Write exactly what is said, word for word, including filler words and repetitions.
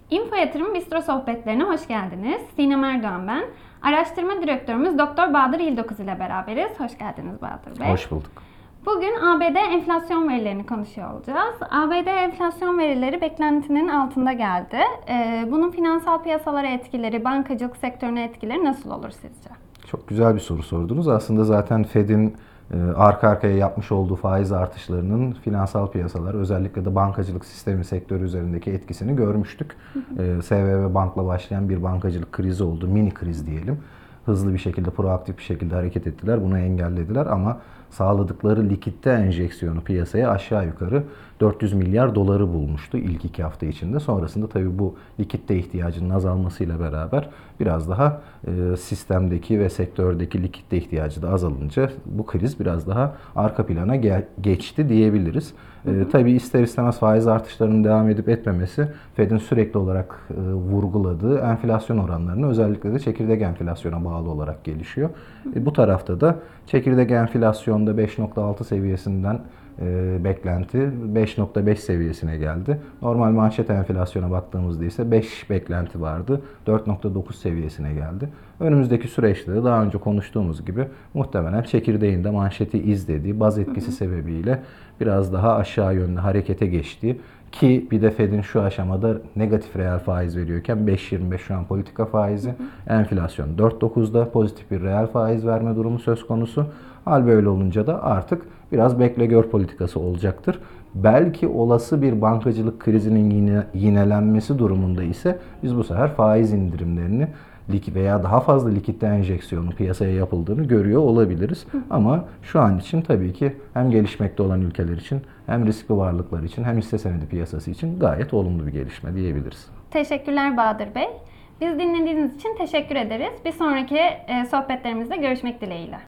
Info Yatırım Bistro Sohbetlerine hoş geldiniz. Sinem Erdoğan ben. Araştırma Direktörümüz Doktor Bahadır İldokuz ile beraberiz. Hoş geldiniz Bahadır Bey. Hoş bulduk. Bugün A B D enflasyon verilerini konuşuyor olacağız. A B D enflasyon verileri beklentinin altında geldi. Ee, bunun finansal piyasalara etkileri, bankacılık sektörüne etkileri nasıl olur sizce? Çok güzel bir soru sordunuz. Aslında zaten Fed'in e, arka arkaya yapmış olduğu faiz artışlarının finansal piyasalar, özellikle de bankacılık sistemi sektörü üzerindeki etkisini görmüştük. E, S V B Bank'la başlayan bir bankacılık krizi oldu, mini kriz diyelim. Hızlı bir şekilde, proaktif bir şekilde hareket ettiler, bunu engellediler ama sağladıkları likitte enjeksiyonu piyasaya aşağı yukarı dört yüz milyar doları bulmuştu ilk iki hafta içinde. Sonrasında tabii bu likitte ihtiyacının azalmasıyla beraber biraz daha e, sistemdeki ve sektördeki likitte ihtiyacı da azalınca bu kriz biraz daha arka plana geçti diyebiliriz. E, tabii ister istemez faiz artışlarının devam edip etmemesi Fed'in sürekli olarak e, vurguladığı enflasyon oranlarını, özellikle de çekirdek enflasyona bağlı olarak gelişiyor. E, bu tarafta da çekirdek enflasyonda beş nokta altı seviyesinden e, beklenti beş nokta beş seviyesine geldi. Normal manşet enflasyona baktığımızda ise beş beklenti vardı. dört nokta dokuz seviyesine geldi. Önümüzdeki süreçte de daha önce konuştuğumuz gibi muhtemelen çekirdeğinde manşeti izlediği, baz etkisi sebebiyle biraz daha aşağı yönlü harekete geçtiği, ki bir de Fed'in şu aşamada negatif reel faiz veriyorken beş virgül yirmi beş şu an politika faizi, hı hı. Enflasyon dört virgül dokuzda pozitif bir reel faiz verme durumu söz konusu. Hal böyle olunca da artık biraz bekle gör politikası olacaktır. Belki olası bir bankacılık krizinin yine, yinelenmesi durumunda ise biz bu sefer faiz indirimlerini veya daha fazla likitte enjeksiyonu piyasaya yapıldığını görüyor olabiliriz. Hı. Ama şu an için tabii ki hem gelişmekte olan ülkeler için, hem riskli varlıklar için, hem hisse senedi piyasası için gayet olumlu bir gelişme diyebiliriz. Teşekkürler Bahadır Bey. Biz dinlediğiniz için teşekkür ederiz. Bir sonraki sohbetlerimizde görüşmek dileğiyle.